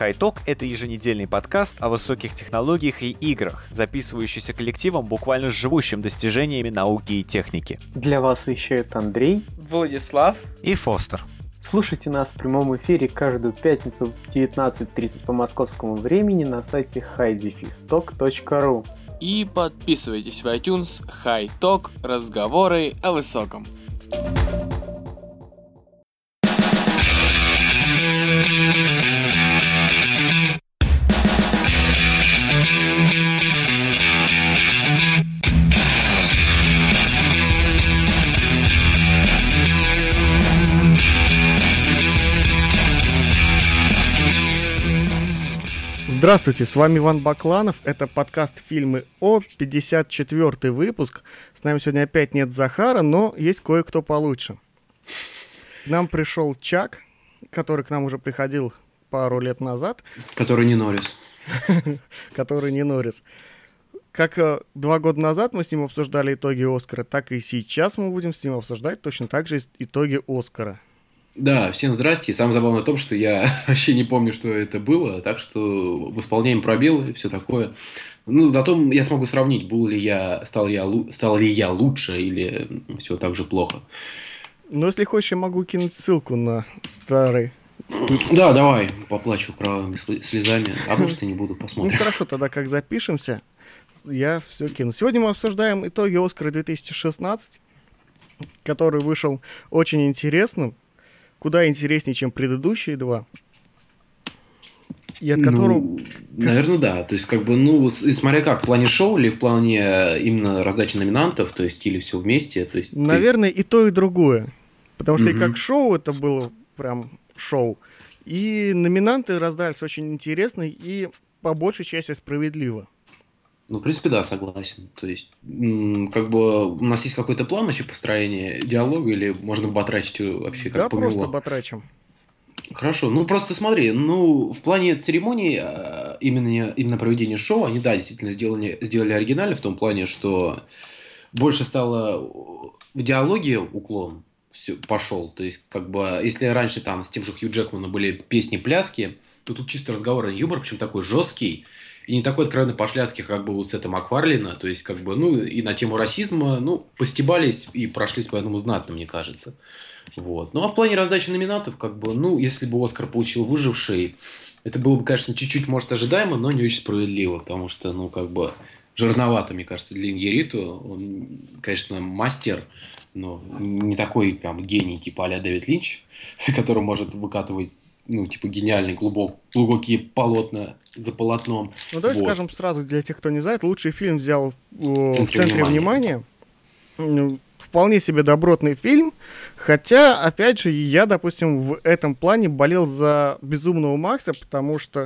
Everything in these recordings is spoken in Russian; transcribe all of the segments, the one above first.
HiTalk — это еженедельный подкаст о высоких технологиях и играх, записывающийся коллективом, буквально живущим достижениями науки и техники. Для вас вещают Андрей, Владислав и Фостер. Слушайте нас в прямом эфире каждую пятницу в 19:30 по московскому времени на сайте hi-talk.ru. и подписывайтесь в iTunes. HiTalk. Разговоры о высоком. Здравствуйте, с вами Иван Бакланов, это подкаст «Фильмы О», 54-й выпуск. С нами сегодня опять нет Захара, но есть кое-кто получше. К нам пришел Чак, который к нам уже приходил пару лет назад. Который не Норрис. Который не Норрис. Как 2 года назад мы с ним обсуждали итоги Оскара, так и сейчас мы будем с ним обсуждать точно так же итоги Оскара. Да, всем здрасте. Самое забавное в том, что я вообще не помню, что это было, так что восполняем пробелы и все такое. Ну, зато я смогу сравнить, стал ли я лучше или все так же плохо. Но если хочешь, я могу кинуть ссылку на старый выпуск. Да, давай, поплачу кровавыми слезами, а может и не буду, посмотрим. Ну хорошо, тогда как запишемся, я все кину. Сегодня мы обсуждаем итоги Оскара 2016, который вышел очень интересным. Куда интереснее, чем предыдущие 2. И от которого... Наверное, да. То есть, смотря как, в плане шоу или в плане именно раздачи номинантов, то есть, или все вместе. То есть, наверное, и то, и другое. Потому что и как шоу это было прям шоу. И номинанты раздались очень интересно и по большей части справедливо. Ну, в принципе, да, согласен. То есть, у нас есть какой-то план вообще построения диалога, или можно батрачить вообще как помело? Да, просто батрачим. Хорошо, просто смотри, в плане церемонии, именно проведения шоу, они, да, действительно сделали оригинально в том плане, что больше стало в диалоге уклон пошел. То есть, если раньше там с тем же Хью Джекманом были песни-пляски, то тут чисто разговорный юмор, причем такой жесткий, и не такой откровенно пошляцкий, как был у Сета Макфарлина. То есть, и на тему расизма, постебались и прошлись по одному знатно, мне кажется. Вот. Ну, а в плане раздачи номинантов, если бы Оскар получил «Выживший», это было бы, конечно, чуть-чуть, может, ожидаемо, но не очень справедливо, потому что, жирновато, мне кажется, для Иньярриту. Он, конечно, мастер, но не такой прям гений, типа а-ля Дэвид Линч, который может выкатывать гениальные, глубокие полотна за полотном. Давай скажем сразу, для тех, кто не знает, лучший фильм взял в центре внимания. Вполне себе добротный фильм. Хотя, опять же, я, допустим, в этом плане болел за «Безумного Макса», потому что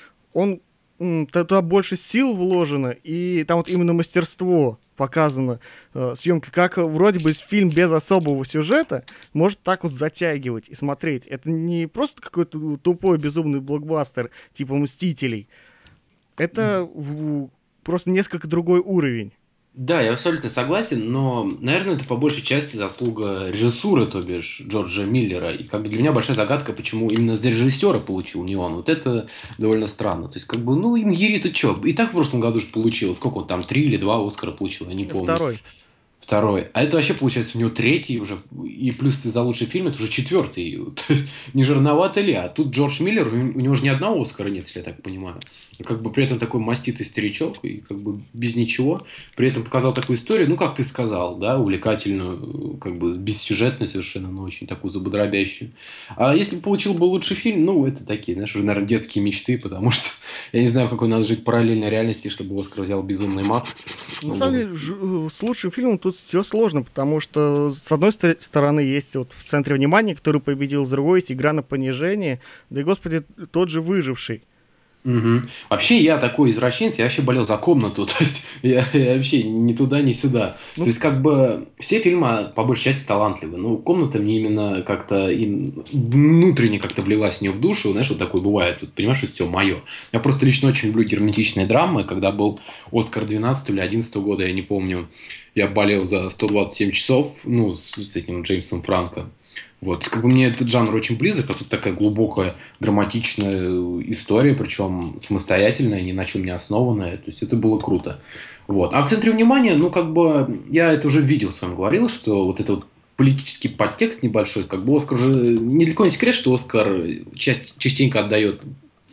туда больше сил вложено, и там вот именно мастерство показано, съемка, как вроде бы фильм без особого сюжета может так вот затягивать и смотреть. Это не просто какой-то тупой безумный блокбастер типа «Мстителей». Это просто несколько другой уровень. Да, я абсолютно согласен, но, наверное, это по большей части заслуга режиссуры, то бишь Джорджа Миллера. И для меня большая загадка, почему именно за режиссера получил не он. Вот это довольно странно. То есть, Иньярриту что? И так в прошлом году же получил. Сколько он там, 3 или 2 Оскара получил, я не помню. Второй. А это вообще, получается, у него 3-й уже. И плюс за лучший фильм это уже 4-й. То есть, не жирновато ли? А тут Джордж Миллер, у него же ни одного Оскара нет, если я так понимаю. И при этом такой маститый старичок, и без ничего. При этом показал такую историю, как ты сказал, да, увлекательную, бессюжетную совершенно, но очень такую забодробящую. А если бы получил бы лучший фильм, это такие, знаешь, уже, наверное, детские мечты, потому что я не знаю, какой надо жить в параллельной реальности, чтобы Оскар взял «Безумный Макс». На самом деле, с лучшим фильмом тут все сложно, потому что, с одной стороны, есть в центре внимания, который победил, с другой есть «Игра на понижение», да и, господи, тот же «Выживший». Угу. Вообще, я такой извращенец, я вообще болел за «Комнату», то есть я вообще ни туда, ни сюда. То есть, все фильмы, по большей части, талантливы. «Комната» мне именно как-то внутренне как-то влилась в нее в душу, знаешь, вот такое бывает, понимаешь, что это все мое. Я просто лично очень люблю герметичные драмы, когда был «Оскар» 12 или 11 года, я не помню, я болел за 127 часов, с этим Джеймсом Франко. Вот, как бы мне этот жанр очень близок, а тут такая глубокая, драматичная история, причем самостоятельная, ни на чем не основанная. То есть это было круто. Вот. А в центре внимания, ну, как бы, я это уже видел, с вами говорил, что вот это вот политический подтекст небольшой, как бы Оскар уже... Недалеко не секрет, что Оскар частенько отдает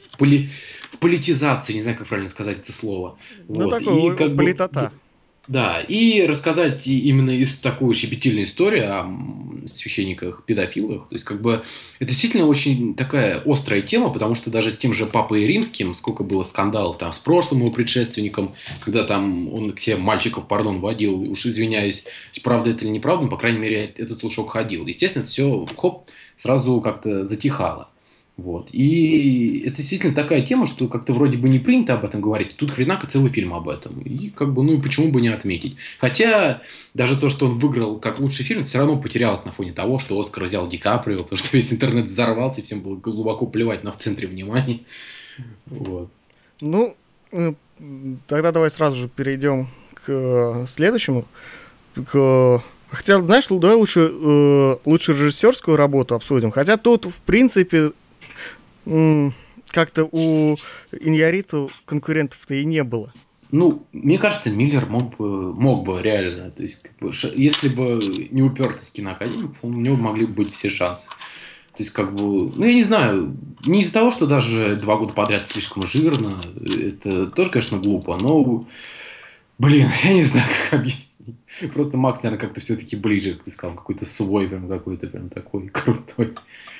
в политизацию, не знаю, как правильно сказать это слово. Ну, Вот. такой И как бы... политота. Да, и рассказать именно такую щепетильную историю о священниках-педофилах. То есть, как бы, это действительно очень такая острая тема, потому что даже с тем же Папой Римским, сколько было скандалов там с прошлым его предшественником, когда там он к себе мальчиков, водил, уж извиняюсь, правда это или неправда, но, по крайней мере, этот слушок ходил. Естественно, все, хоп, сразу как-то затихало. Вот. И это действительно такая тема, что как-то вроде бы не принято об этом говорить. Тут хренако целый фильм об этом. И как бы, ну и почему бы не отметить. Хотя даже то, что он выиграл как лучший фильм, все равно потерялось на фоне того, что Оскар взял Ди Каприо, потому что весь интернет взорвался, и всем было глубоко плевать на в центре внимания. Вот. Ну, тогда давай сразу же перейдем к следующему. Хотя, знаешь, давай лучше режиссерскую работу обсудим. Хотя тут, в принципе, как-то у Иньярриту конкурентов-то и не было. Ну, мне кажется, Миллер мог бы реально. То есть, как бы, если бы не упертость киноакадемии, у него могли бы быть все шансы. То есть, как бы, ну, я не знаю, не из-за того, что даже 2 года подряд слишком жирно, это тоже, конечно, глупо, но, блин, я не знаю, как объяснить. Просто Макс, наверное, как-то все-таки ближе, как ты сказал, какой-то свой, прям какой-то прям такой крутой.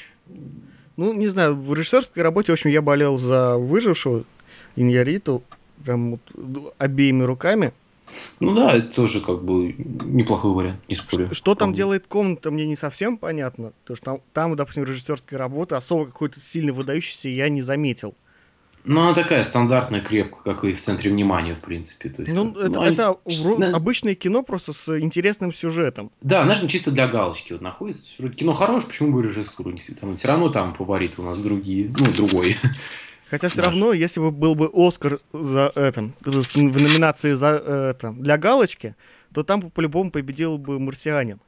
Ну, не знаю, в режиссерской работе, в общем, я болел за выжившего Иньярриту прям вот обеими руками. Ну да, это тоже как бы неплохой вариант, не спорю. Что там делает комната, мне не совсем понятно. Потому что там, допустим, режиссерской работы особо какой-то сильно выдающейся я не заметил. Ну, она такая стандартная крепка, как и в центре внимания, в принципе. То есть, Ну, это обычное кино просто с интересным сюжетом. Да, знаешь, ну, чисто для галочки вот находится. Вроде кино хорошее, почему бы режиссуру не там, все равно там фавориты у нас другие, ну, другой. Хотя все равно, если бы был бы Оскар за это, в номинации за это, для галочки, то там бы по-любому победил бы «Марсианин».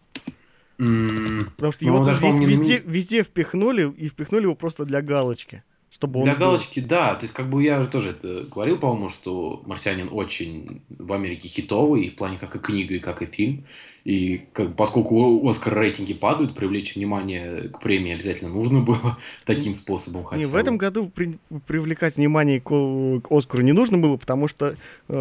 Потому что его везде впихнули, и впихнули его просто для галочки. Чтобы для он галочки, да. То есть, как бы я же тоже это говорил, по-моему, что «Марсианин» очень в Америке хитовый, в плане как и книга, и как и фильм. И поскольку Оскар рейтинги падают, привлечь внимание к премии обязательно нужно было таким способом. Не, в этом году привлекать внимание к Оскару не нужно было, потому что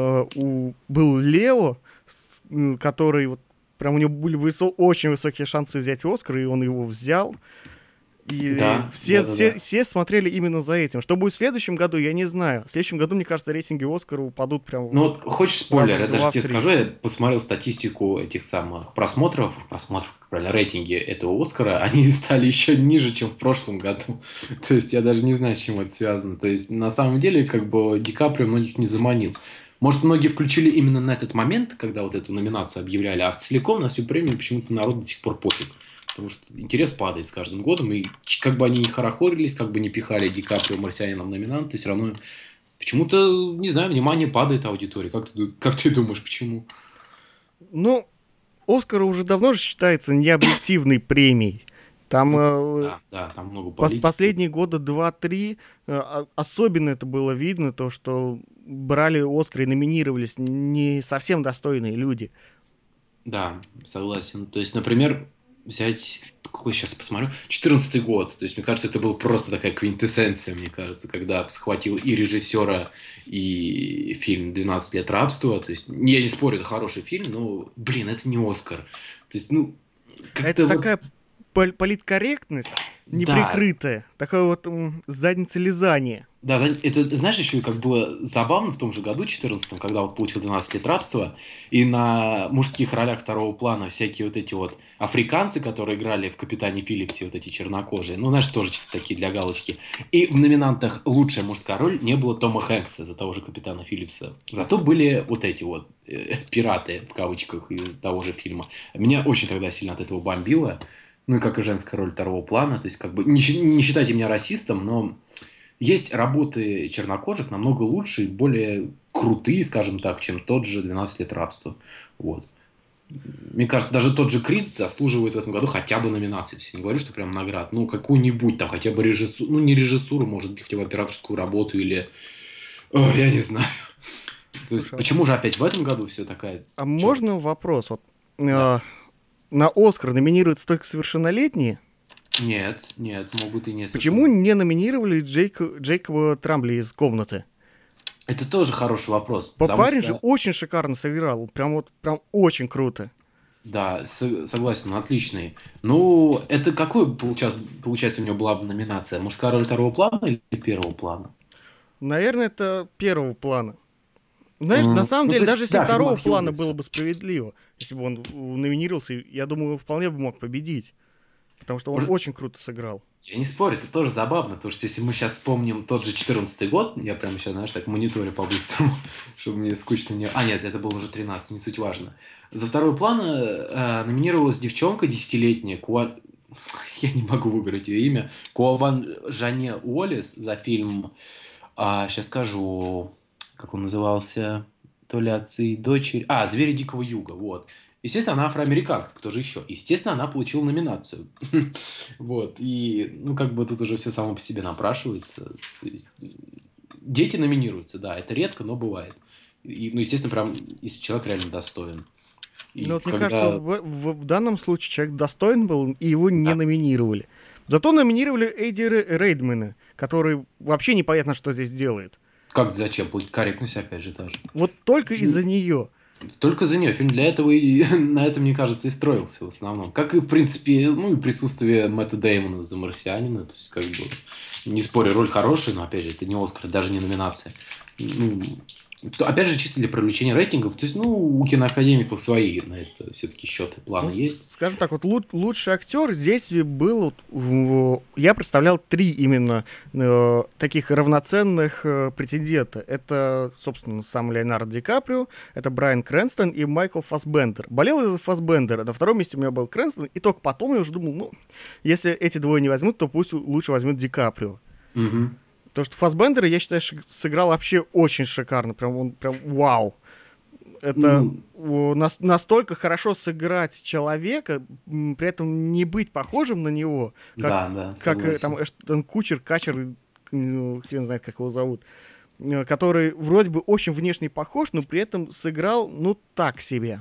был Лео, который вот прям у него были очень высокие шансы взять Оскар, и он его взял. И да, все смотрели именно за этим. Что будет в следующем году, я не знаю. В следующем году, мне кажется, рейтинги Оскара упадут прям... Ну вот, хочешь спойлер? Я даже тебе скажу, я посмотрел статистику этих самых просмотров, как правильно, рейтинги этого Оскара, они стали еще ниже, чем в прошлом году. То есть я даже не знаю, с чем это связано. То есть на самом деле, как бы, Ди Каприо многих не заманил. Может, многие включили именно на этот момент, когда вот эту номинацию объявляли, а целиком на всю премию почему-то народ до сих пор пофиг. Потому что интерес падает с каждым годом, и как бы они ни хорохорились, как бы не пихали Ди Каприо «Марсианина» в номинанты, все равно почему-то, не знаю, внимание падает аудитории. Как ты думаешь, почему? Ну, «Оскар» уже давно же считается необъективной премией. Там, там много политики. Последние года 2-3 особенно это было видно, то, что брали «Оскар» и номинировались не совсем достойные люди. Да, согласен. То есть, например, взять, какой сейчас посмотрю, 14-й год. То есть, мне кажется, это была просто такая квинтэссенция, мне кажется, когда схватил и режиссера, и фильм «12 лет рабства». То есть, я не спорю, это хороший фильм, но, блин, это не «Оскар». То есть, ну... Это вот... такая политкорректность неприкрытая, такое вот задница лизания. Да, это, знаешь, еще как было забавно в том же году, 14-м, когда вот получил 12 лет рабства, и на мужских ролях второго плана всякие вот эти вот африканцы, которые играли в «Капитане Филлипсе», вот эти чернокожие, ну, знаешь, тоже чисто такие для галочки. И в номинантах «Лучшая мужская роль» не было Тома Хэнкса за того же «Капитана Филлипса». Зато были вот эти вот пираты, в кавычках, из того же фильма. Меня очень тогда сильно от этого бомбило. Ну, и как и женская роль второго плана. То есть, как бы, не считайте меня расистом, но есть работы чернокожих намного лучше и более крутые, скажем так, чем тот же «12 лет рабства». Вот. Мне кажется, даже тот же Крид заслуживает в этом году хотя бы номинации. То есть я не говорю, что прям наград. Ну, какую-нибудь там, хотя бы режиссуру, ну, не режиссуру, может быть, хотя бы операторскую работу или... я не знаю. То есть, Слушай, почему же опять в этом году все такая... а Чё? можно вопрос? Вот, Да. на Оскар номинируются только совершеннолетние. Нет, могут и не Почему не номинировали Джейкоба Трамбли из «Комнаты»? Это тоже хороший вопрос. Потому Парень что... же очень шикарно сыграл. Прям очень круто. Да, согласен, отличный. Ну, это какой получается у него была бы номинация? Мужская роль второго плана или первого плана? Наверное, это первого плана. Знаешь, на самом Ну, деле, то даже есть, если да, фильм второго от плана Хьюбица. было бы справедливо, если бы он номинировался, я думаю, вполне бы мог победить. Потому что он очень круто сыграл. Я не спорю, это тоже забавно, потому что если мы сейчас вспомним тот же 14-й год, я прямо сейчас, знаешь, так мониторю по-быстрому, чтобы мне скучно не... А, нет, это был уже 13, не суть важно. За второй план номинировалась девчонка 10-летняя, я не могу выговорить ее имя, Куаван Жанне Уоллес за фильм, сейчас скажу, как он назывался, то ли «Отцы и дочери», «Звери Дикого Юга», вот. Естественно, она афроамериканка, кто же еще? Естественно, она получила номинацию. Вот, и, ну, как бы тут уже все само по себе напрашивается. То есть, дети номинируются, да, это редко, но бывает. И, ну, естественно, прям, если человек реально достоин. И Но вот мне когда... кажется, в данном случае человек достоин был, и его не Да. номинировали. Зато номинировали Эдди Рейдмана, который вообще непонятно, что здесь делает. Как, зачем? Корректность, опять же, тоже. Вот только из-за нее. Только за нее. Фильм для этого и на этом, мне кажется, и строился в основном. Как и, в принципе, ну, и присутствие Мэтта Дэймона за «Марсианина». То есть, как бы, не спорю, роль хорошая, но, опять же, это не «Оскар», даже не номинация. Ну, опять же, чисто для привлечения рейтингов. То есть, ну, у киноакадемиков свои на это все-таки счеты, планы есть. Скажем так, вот лучший актер здесь был... я представлял 3 именно таких равноценных претендента. Это, собственно, сам Леонардо Ди Каприо, это Брайан Крэнстон и Майкл Фассбендер. Болел из-за Фассбендера. На втором месте у меня был Крэнстон. И только потом я уже думал, ну, если эти двое не возьмут, то пусть лучше возьмут Ди Каприо. Угу. Потому что Фассбендер, я считаю, сыграл вообще очень шикарно. Он прям вау. Это настолько хорошо сыграть человека, при этом не быть похожим на него, как там Эштон Качер, хрен знает, как его зовут, который вроде бы очень внешне похож, но при этом сыграл, ну, так себе.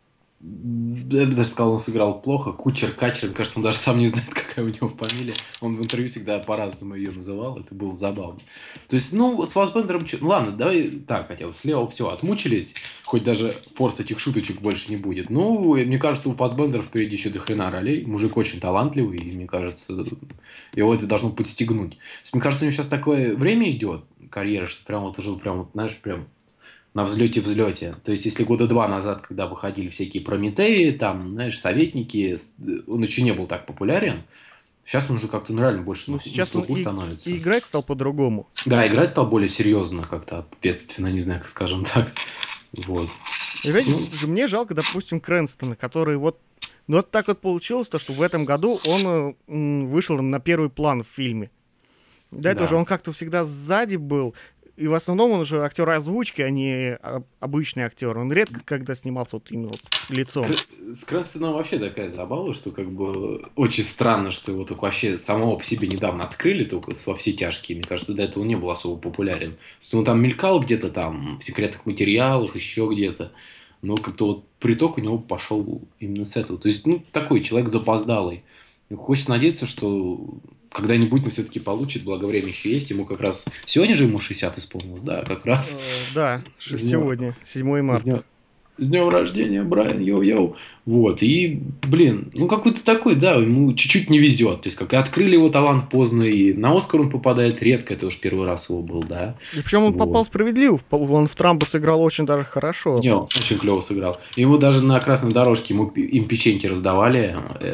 Я бы даже сказал, он сыграл плохо. Качер, мне кажется, он даже сам не знает, какая у него фамилия. Он в интервью всегда по-разному ее называл, это было забавно. То есть, ну, с Фассбендером... Ну, ладно, давай так, хотя бы слева все, отмучились, хоть даже форс этих шуточек больше не будет. Ну, мне кажется, у Фассбендера впереди еще до хрена ролей. Мужик очень талантливый, и, мне кажется, его это должно подстегнуть. Мне кажется, у него сейчас такое время идет, карьера, что прям вот уже, прям, вот, знаешь, прям... на взлете. То есть, если года 2 назад, когда выходили всякие Прометеи, там, знаешь, советники, он еще не был так популярен. Сейчас он уже как-то реально больше на слуху становится. И играть стал по-другому. Да, играть стал более серьезно, как-то ответственно, не знаю, как скажем так. Вот. И опять же, мне жалко, допустим, Крэнстона, который вот... Ну, вот так вот получилось, то, что в этом году он вышел на первый план в фильме. До этого же он как-то всегда сзади был. И в основном он уже актер озвучки, а не обычный актер. Он редко когда снимался вот именно вот лицом. С Крэнстоном вообще такая забава, что как бы очень странно, что его только вообще самого по себе недавно открыли, только во все тяжкие. Мне кажется, до этого он не был особо популярен. Он там мелькал где-то там в секретных материалах, еще где-то. Но как-то вот приток у него пошел именно с этого. То есть, ну, такой человек запоздалый. Хочется надеяться, что когда-нибудь он все-таки получит, благо время еще есть. Ему как раз... Сегодня же ему 60 исполнилось, да, как раз. Да, сегодня, 7 марта. С днем рождения, Брайан, йоу-йоу. Вот, и, блин, ну какой-то такой, да, ему чуть-чуть не везет. То есть, как и открыли его талант поздно, и на Оскар он попадает редко, это уж первый раз его был, да. И причем он попал справедливо, он в Трампа сыграл очень даже хорошо. Не, очень клево сыграл. Ему даже на красной дорожке им печеньки раздавали,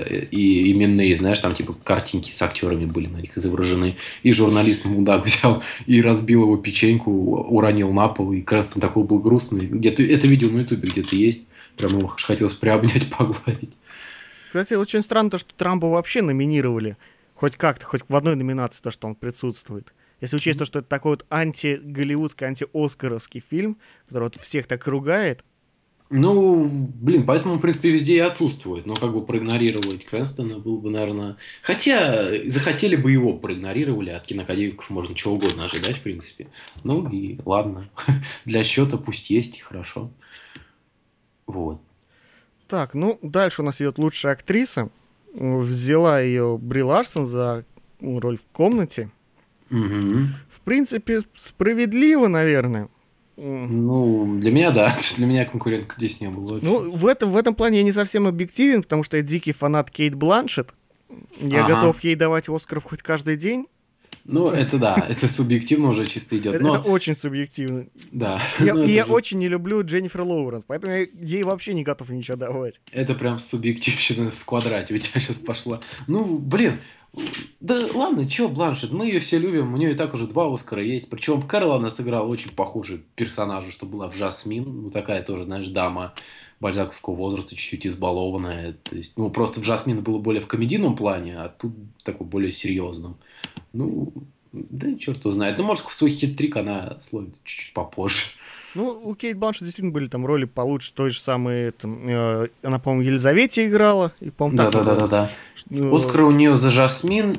и именные, знаешь, там типа картинки с актерами были на них изображены. И журналист мудак взял и разбил его печеньку, уронил на пол, и Крэнстон такой был грустный. Где-то это видео на ютубе где-то есть. Прям его хотелось приобнять, погладить. Кстати, очень странно то, что Трампа вообще номинировали. Хоть как-то, хоть в одной номинации то, что он присутствует. Если учесть то, что это такой вот анти-голливудский, анти-оскаровский фильм, который вот всех так ругает. Ну, блин, поэтому, в принципе, везде и отсутствует. Но как бы проигнорировать Крэнстона было бы, наверное... Хотя, захотели бы его проигнорировали, от киноакадемиков можно чего угодно ожидать, в принципе. Ну и ладно. Для счета пусть есть, и хорошо. Вот. Так, ну, дальше у нас идет лучшая актриса. Взяла ее Бри Ларсон за роль в комнате. Мгм. В принципе, справедливо, наверное. Ну, для меня, да. Для меня конкурентка здесь не было. Ну, в этом плане я не совсем объективен, потому что я дикий фанат Кейт Бланшетт. Я Ага. готов ей давать Оскар хоть каждый день. Ну, это да, это субъективно уже чисто идет. Это Но, очень субъективно. да, Я, ну и это я же, очень не люблю Дженнифер Лоуренс, поэтому я ей вообще не готов ничего давать. это прям субъективщина в квадрате у тебя сейчас пошла. Ну, блин, да ладно, чё, Бланшет, мы ее все любим, у нее и так уже 2 Оскара есть. Причем в Кэрол она сыграла очень похожий персонажа, что была в Жасмин. Ну, такая тоже, знаешь, дама бальзаковского возраста, чуть-чуть избалованная. То есть, ну, просто в Жасмин было более в комедийном плане, а тут такой более серьезном. Ну, да черт его знает. Ну, может, в свой хит-трик она словит чуть-чуть попозже. Ну, у Кейт Бланшетт действительно были там роли получше, той же самой, она, по-моему, Елизавете играла, и, по-моему, так называется. Да-да-да-да-да. Ну, Оскар у нее за Жасмин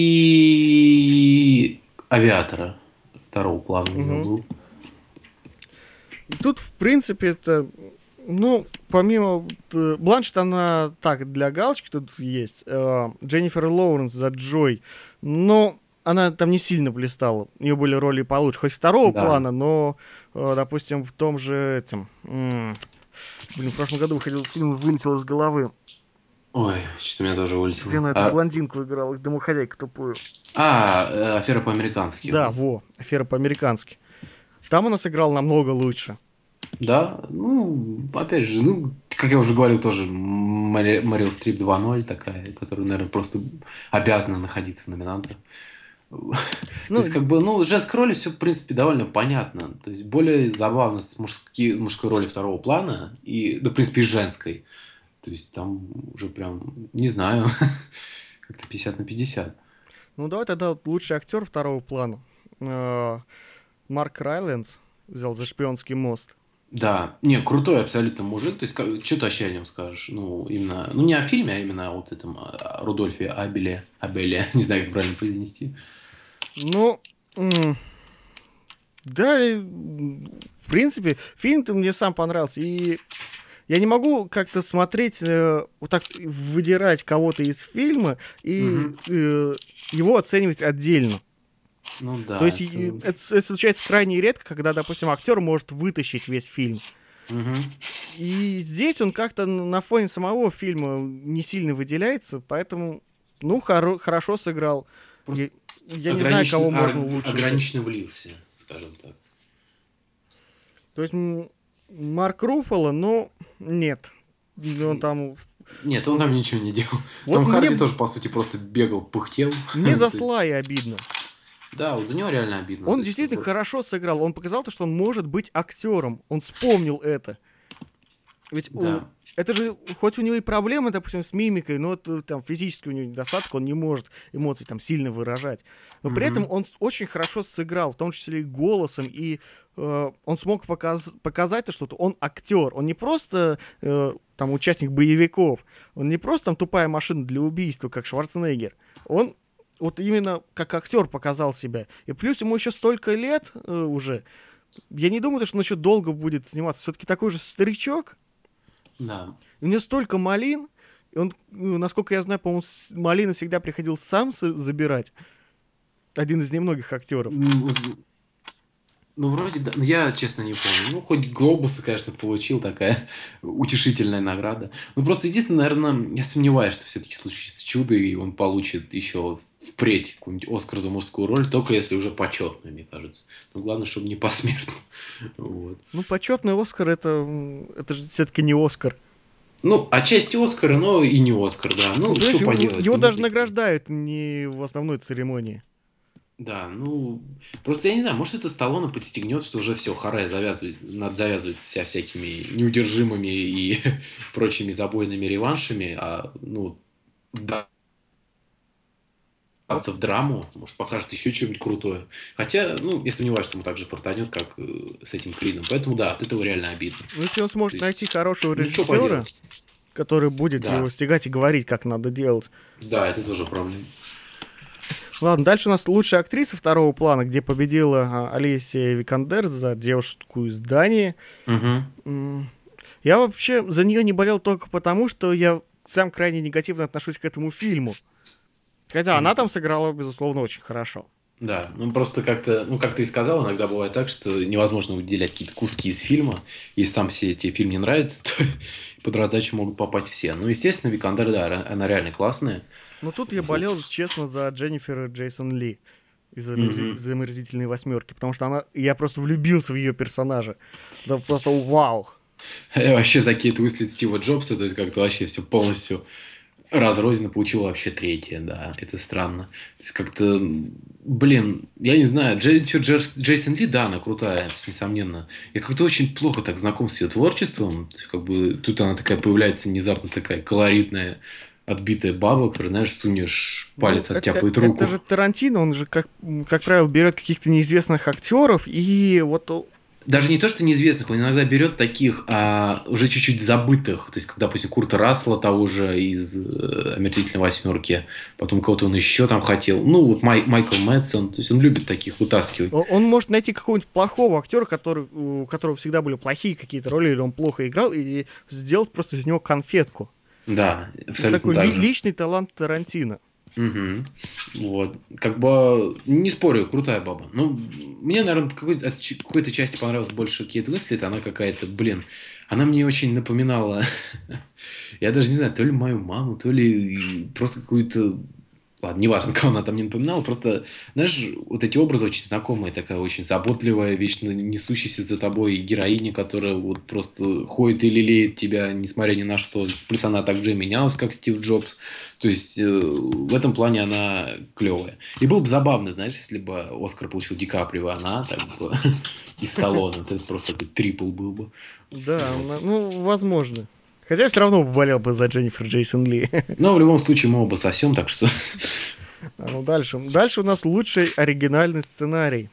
и Авиатора. Второго плана у нее Мгм. был. Тут, в принципе, это, ну, помимо Бланшетт, она так, для галочки тут есть. Дженнифер Лоуренс за Джой, но она там не сильно блистала. У нее были роли получше, хоть второго Да. плана, но, допустим, в том же этим... Блин, в прошлом году выходил фильм, вылетел из головы. Ой, что-то у меня тоже вылетело. Где она эту блондинку играла, домохозяйку тупую. Афера по-американски. Да, «Афера по-американски». Там она сыграла намного лучше. Да, ну, опять же, ну, как я уже говорил, тоже Мэрил Стрип 2.0 такая, которая, наверное, просто обязана находиться в номинантах. То Ну, есть, как бы, ну, с женской роли все, в принципе, довольно понятно. То есть, более забавно с мужской роли второго плана и, да, в принципе, и с женской. То есть, там уже прям, не знаю, как-то 50/50. ну давай тогда вот лучший актер второго плана. Марк Райландс взял за «Шпионский мост». Да, не, крутой абсолютно мужик. То есть, что ты вообще о нем скажешь? Ну, именно, ну, не о фильме, а именно о вот этом Рудольфе Абеле, не знаю, как правильно произнести. Ну, да, в принципе, фильм-то мне сам понравился. И я не могу как-то смотреть, вот так выдирать кого-то из фильма и Мгм. его оценивать отдельно. Ну да. То есть это случается крайне редко, когда, допустим, актер может вытащить весь фильм. Мгм. И здесь он как-то на фоне самого фильма не сильно выделяется, поэтому, ну, хорошо сыграл. Просто Я не знаю, кого можно лучше взять. ограниченно влился, скажем так. То есть Марк Руффало, но нет. Он там... Нет, он там ничего не делал. Вот Там Харди мне, тоже, по сути, просто бегал, пыхтел. мне за То есть, Слая обидно. да, вот за него реально обидно. То Он есть, действительно вот, хорошо сыграл. Он показал то, что он может быть актером. Он вспомнил это. Ведь да. это же, хоть у него и проблемы, допустим, с мимикой, но это, там физически у него недостаток, он не может эмоции там сильно выражать. Но при Мгм. этом он очень хорошо сыграл, в том числе и голосом, и он смог показать то, что он актер. Он не просто там участник боевиков, он не просто там тупая машина для убийства, как Шварценеггер. Он вот именно как актер показал себя. И плюс ему еще столько лет уже. Я не думаю, что он еще долго будет сниматься. Все-таки такой же старичок. Да. И у него столько малин. И он, ну, насколько я знаю, по-моему, малины всегда приходил сам забирать. Один из немногих актеров. Ну, вроде да. Ну, я, честно, не помню. Ну, хоть глобусы, конечно, получил, такая утешительная награда. Ну, просто единственное, наверное, я сомневаюсь, что все-таки случится чудо, и он получит еще впредь какой-нибудь Оскар за мужскую роль, только если уже почетную, мне кажется. Но главное, чтобы не посмертно. Вот. Ну, почетный Оскар это же все-таки не Оскар. Ну, отчасти Оскара, но и не Оскар, да. Ну, Ну, понимаешь, что поделать. его ну, даже такие. награждают не в основной церемонии. Да, ну, просто я не знаю, может, это Сталлоне подстегнет, что уже все, хара, надо завязывать со всякими неудержимыми и прочими забойными реваншами, а, ну, да, в драму, может, покажет еще что-нибудь крутое. Хотя, ну, я сомневаюсь, что ему так же фартанет, как с этим Кридом. Поэтому, да, от этого реально обидно. Ну, если он сможет То есть, найти хорошего ну, что режиссера, поделать? который будет Да. его стягать и говорить, как надо делать. Да, это тоже проблема. Ладно, дальше у нас лучшая актриса второго плана, где победила Алисия Викандер за девушку из Дании. Угу. Я вообще за нее не болел только потому, что я сам крайне негативно отношусь к этому фильму. Хотя она там сыграла, безусловно, очень хорошо. Да, ну просто как-то, ну как ты и сказал, иногда бывает так, что невозможно выделять какие-то куски из фильма. Если там все эти фильмы не нравятся, то под раздачу могут попасть все. Ну, естественно, Викандер, да, она реально классная. Но тут я болел, честно, за Дженнифер Джейсон Ли из «Омерзительной восьмерки», потому что я просто влюбился в ее персонажа. Да просто вау. Вообще за Кейт Уинслет Стива Джобса, то есть как-то вообще все полностью разрозненно получила вообще третье, да, это странно. То есть как-то, блин, я не знаю, Джейсон Ли, да, она крутая, несомненно. Я как-то очень плохо так знаком с ее творчеством. То есть, как бы тут она такая появляется внезапно такая колоритная, отбитая баба, которая, знаешь, сунешь палец, оттяпает руку. Это же Тарантино, он же, как правило, берет каких-то неизвестных актеров и вот... Даже не то, что неизвестных, он иногда берет таких уже чуть-чуть забытых. То есть, когда, допустим, Курта Рассела того же из «Омерзительной восьмерки», потом кого-то он еще там хотел. Ну, вот Майкл Мэтсон. То есть, он любит таких вытаскивать. Он может найти какого-нибудь плохого актера, у которого всегда были плохие какие-то роли, или он плохо играл, и сделать просто из него конфетку. Да, абсолютно. Это такой так же. личный талант Тарантино. Угу. Вот. Как бы не спорю, крутая баба. Ну, мне, наверное, от какой-то части понравилась больше Кейт Уинслет. Она какая-то, блин, она мне очень напоминала, я даже не знаю, то ли мою маму, то ли просто какую-то... Ладно, неважно, кого она там не напоминала, просто, знаешь, вот эти образы очень знакомые, такая очень заботливая, вечно несущаяся за тобой героиня, которая вот просто ходит и лелеет тебя, несмотря ни на что. Плюс она так же менялась, как Стив Джобс. То есть, в этом плане она клевая. И было бы забавно, знаешь, если бы Оскар получил Ди Каприо, она так бы из Сталлоне. Это просто такой трипл был бы. Да, ну, возможно. Хотя все равно поболел бы за Дженнифер Джейсон Ли. Но в любом случае мы оба сосем, так что... Ну, дальше. Дальше у нас лучший оригинальный сценарий.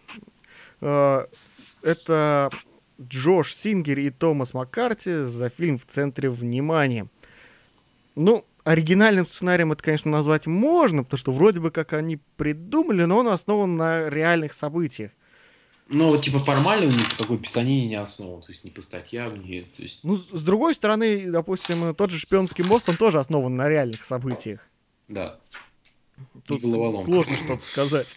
Это Джош Сингер и Томас Маккарти за фильм «В центре внимания». Ну, оригинальным сценарием это, конечно, назвать можно, потому что вроде бы как они придумали, но он основан на реальных событиях. Ну, вот, типа, формально ни по какой писанине не основан, то есть, ни по статьям, ни... То есть... Ну, с другой стороны, допустим, тот же «Шпионский мост», он тоже основан на реальных событиях. Да. Тут сложно что-то сказать.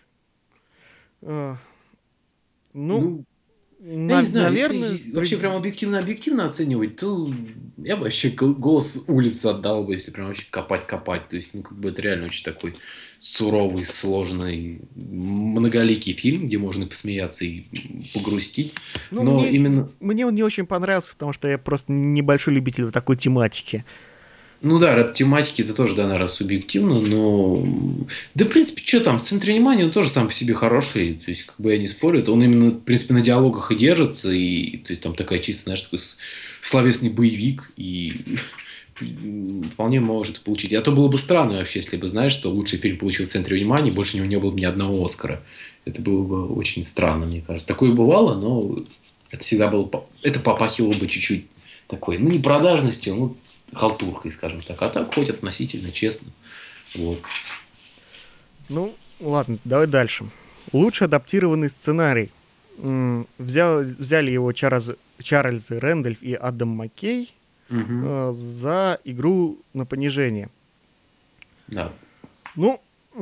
Ну, я не знаю, наверное... если вообще прям объективно оценивать, то я бы вообще «Голос улицы» отдал бы, если прям вообще копать. То есть, ну, как бы это реально очень такой суровый, сложный, многоликий фильм, где можно посмеяться и погрустить. Ну, но именно... Мне он не очень понравился, потому что я просто небольшой любитель такой тематики. Ну да, рэп-тематики это тоже, да, наверное, субъективно, но... Да, в принципе, что там, в центре внимания он тоже сам по себе хороший, то есть, как бы я не спорю, это он именно, в принципе, на диалогах и держится, и, то есть, там такая чисто, знаешь, такой словесный боевик, и вполне может получить. А то было бы странно вообще, если бы, знаешь, что лучший фильм получил в центре внимания, и больше у него не было бы ни одного Оскара. Это было бы очень странно, мне кажется. Такое бывало, но это всегда было... Это попахивало бы чуть-чуть такой, ну, не продажностью, ну, халтуркой, скажем так. А так хоть относительно честно. Вот. Ну, ладно, давай дальше. Лучший адаптированный сценарий. Взяли его Чарльз Рэндольф и Адам Маккей за «Игру на понижение». Да. Ну,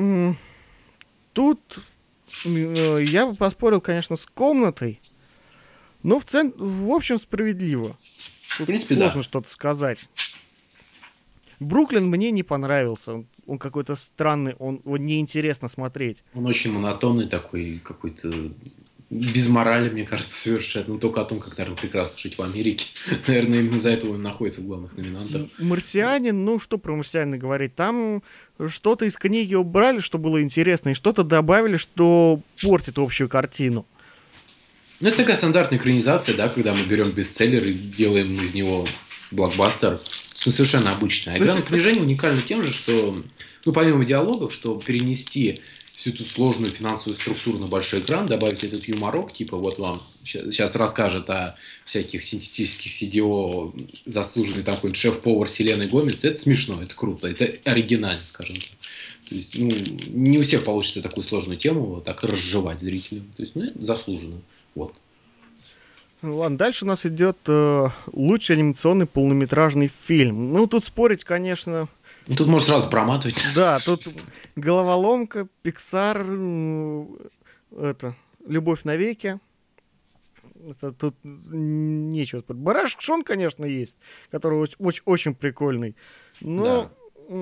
тут я бы поспорил, конечно, с «Комнатой», но в общем справедливо. Тут в принципе, сложно что-то сказать. «Бруклин» мне не понравился. Он какой-то странный, он неинтересно смотреть. Он очень монотонный такой, какой-то без морали, мне кажется, совершенно. Ну, только о том, как, наверное, прекрасно жить в Америке. Наверное, именно из-за этого он находится в главных номинантах. «Марсианин», ну, что про «Марсианина» говорить? Там что-то из книги убрали, что было интересно, и что-то добавили, что портит общую картину. Ну, это такая стандартная экранизация, да, когда мы берем бестселлер и делаем из него блокбастер. совершенно обычная. А «Игра на понижение» уникальна тем же, что, ну, помимо диалогов, что перенести всю эту сложную финансовую структуру на большой экран, добавить этот юморок, типа вот вам сейчас расскажет о всяких синтетических CDO заслуженный такой шеф-повар Селены Гомес, это смешно, это круто, это оригинально, скажем так. То есть, ну, не у всех получится такую сложную тему вот так разжевать зрителям. То есть, ну, это заслуженно. Вот. Ладно, дальше у нас идет лучший анимационный полнометражный фильм. Ну, тут спорить, конечно... Ну, тут можно сразу проматывать. Да, тут головоломка, Pixar, это «Любовь навеки». Это тут нечего. Барашек Шон, конечно, есть, который очень прикольный. Но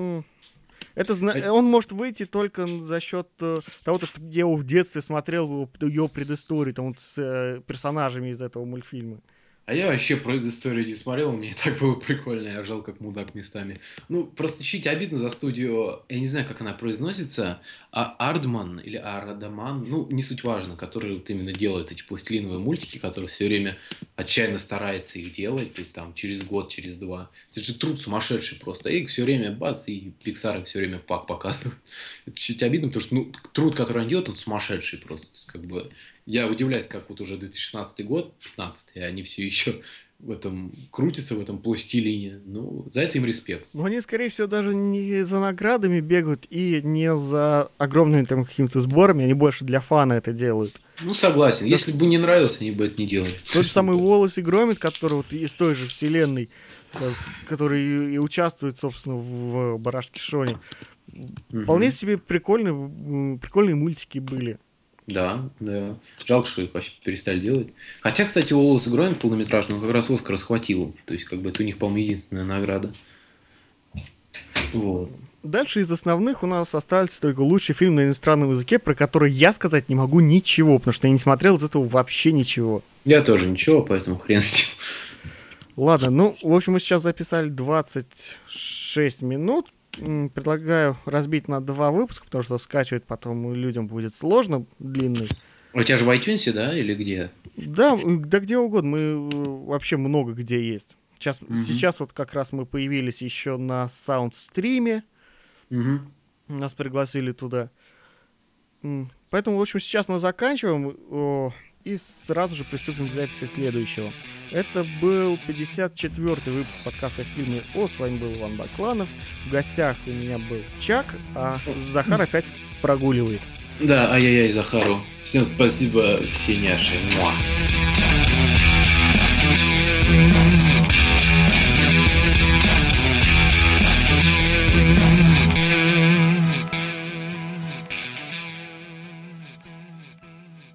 он может выйти только за счет того, что я его в детстве смотрел, его предыстории там, вот, с персонажами из этого мультфильма. А я вообще про эту историю не смотрел, мне и так было прикольно, я ржал как мудак местами. Ну, просто чуть обидно за студию, я не знаю, как она произносится, Ардман или Арадаман, ну, не суть важно, который вот именно делает эти пластилиновые мультики, которые все время отчаянно старается их делать, то есть там через год, через два. Это же труд сумасшедший просто, и все время бац, и Pixar все время факт показывает. Это чуть обидно, потому что, ну, труд, который он делает, он сумасшедший просто, то есть как бы... Я удивляюсь, как вот уже 2016 год, 15 и они все еще в этом крутятся, в этом пластилине. Ну, за это им респект. Но они, скорее всего, даже не за наградами бегают и не за огромными там какими-то сборами, они больше для фана это делают. Ну, согласен. Если бы не нравилось, они бы это не делали. Тот же самый Уоллес и Громит, который вот из той же вселенной, который и участвует, собственно, в Барашке Шоне. Вполне себе прикольные мультики были. Да. Жалко, что их вообще перестали делать. Хотя, кстати, Уоллес и Громит полнометражный, он как раз Оскар схватил. То есть, как бы, это у них, по-моему, единственная награда. Вот. Дальше из основных у нас остался только лучший фильм на иностранном языке, про который я сказать не могу ничего, потому что я не смотрел из этого вообще ничего. Я тоже ничего, поэтому хрен с ним. Ладно, ну, в общем, мы сейчас записали 26 минут. Предлагаю разбить на 2 выпуска, потому что скачивать потом людям будет сложно, длинный. У тебя же в iTunes, да, или где? Да где угодно, мы вообще много где есть. Сейчас вот как раз мы появились еще на саундстриме, нас пригласили туда. Поэтому, в общем, сейчас мы заканчиваем и сразу же приступим к записи следующего. Это был 54-й выпуск подкаста «Фильмы О». С вами был Иван Бакланов. В гостях у меня был Чак, а Захар опять прогуливает. Да, ай-яй-яй, Захару. Всем спасибо, все няши. Муа.